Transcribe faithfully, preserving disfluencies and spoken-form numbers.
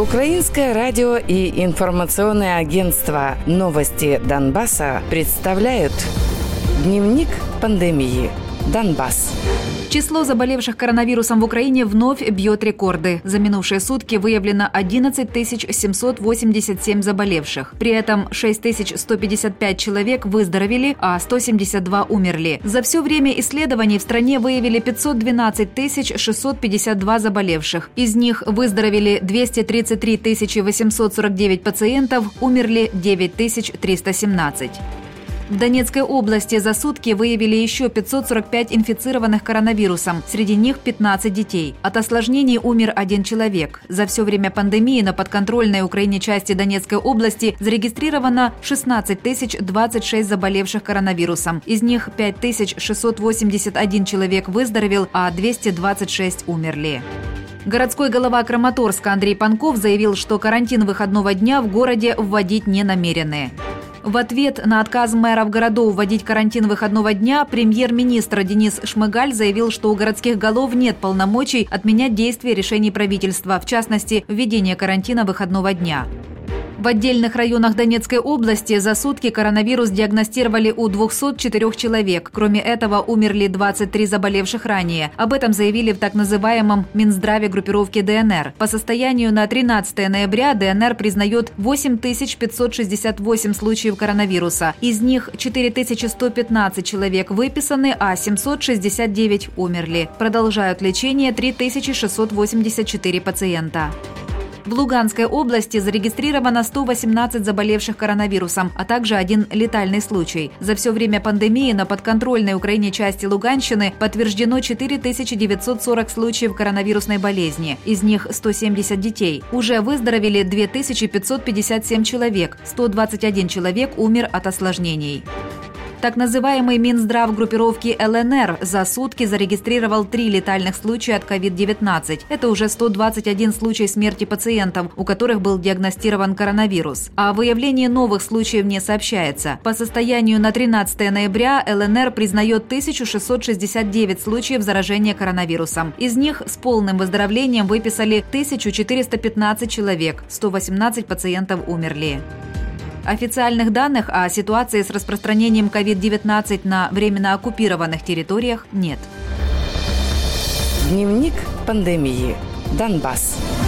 Украинское радио и информационное агентство «Новости Донбасса» представляют Дневник пандемии. Донбасс. Число заболевших коронавирусом в Украине вновь бьет рекорды. За минувшие сутки выявлено одиннадцать тысяч семьсот восемьдесят семь заболевших. При этом шесть тысяч сто пятьдесят пять человек выздоровели, а сто семьдесят два умерли. За все время исследований в стране выявили пятьсот двенадцать тысяч шестьсот пятьдесят два заболевших. Из них выздоровели двести тридцать три тысячи восемьсот сорок девять пациентов, умерли девять тысяч триста семнадцать. В Донецкой области за сутки выявили еще пятьсот сорок пять инфицированных коронавирусом, среди них пятнадцать детей. От осложнений умер один человек. За все время пандемии на подконтрольной Украине части Донецкой области зарегистрировано шестнадцать тысяч двадцать шесть заболевших коронавирусом. Из них пять тысяч шестьсот восемьдесят один человек выздоровел, а двести двадцать шесть умерли. Городской голова Краматорска Андрей Панков заявил, что карантин выходного дня в городе вводить не намерены. В ответ на отказ мэров городов вводить карантин выходного дня премьер-министр Денис Шмыгаль заявил, что у городских голов нет полномочий отменять действия решений правительства, в частности, введение карантина выходного дня. В отдельных районах Донецкой области за сутки коронавирус диагностировали у двухсот четырёх человек. Кроме этого, умерли двадцать три заболевших ранее. Об этом заявили в так называемом Минздраве группировки ДНР. По состоянию на тринадцатое ноября ДНР признает восемь тысяч пятьсот шестьдесят восемь случаев коронавируса. Из них четыре тысячи сто пятнадцать человек выписаны, а семьсот шестьдесят девять умерли. Продолжают лечение три тысячи шестьсот восемьдесят четыре пациента. В Луганской области зарегистрировано сто восемнадцать заболевших коронавирусом, а также один летальный случай. За все время пандемии на подконтрольной Украине части Луганщины подтверждено четыре тысячи девятьсот сорок случаев коронавирусной болезни. Из них сто семьдесят детей. Уже выздоровели две тысячи пятьсот пятьдесят семь человек. сто двадцать один человек умер от осложнений. Так называемый Минздрав группировки ЛНР за сутки зарегистрировал три летальных случая от ковид девятнадцать. Это уже сто двадцать один случай смерти пациентов, у которых был диагностирован коронавирус. О выявлении новых случаев не сообщается. По состоянию на тринадцатое ноября ЛНР признает тысячу шестьсот шестьдесят девять случаев заражения коронавирусом. Из них с полным выздоровлением выписали тысячу четыреста пятнадцать человек, сто восемнадцать пациентов умерли. Официальных данных о ситуации с распространением ковид девятнадцать на временно оккупированных территориях нет. Дневник пандемии. Донбасс.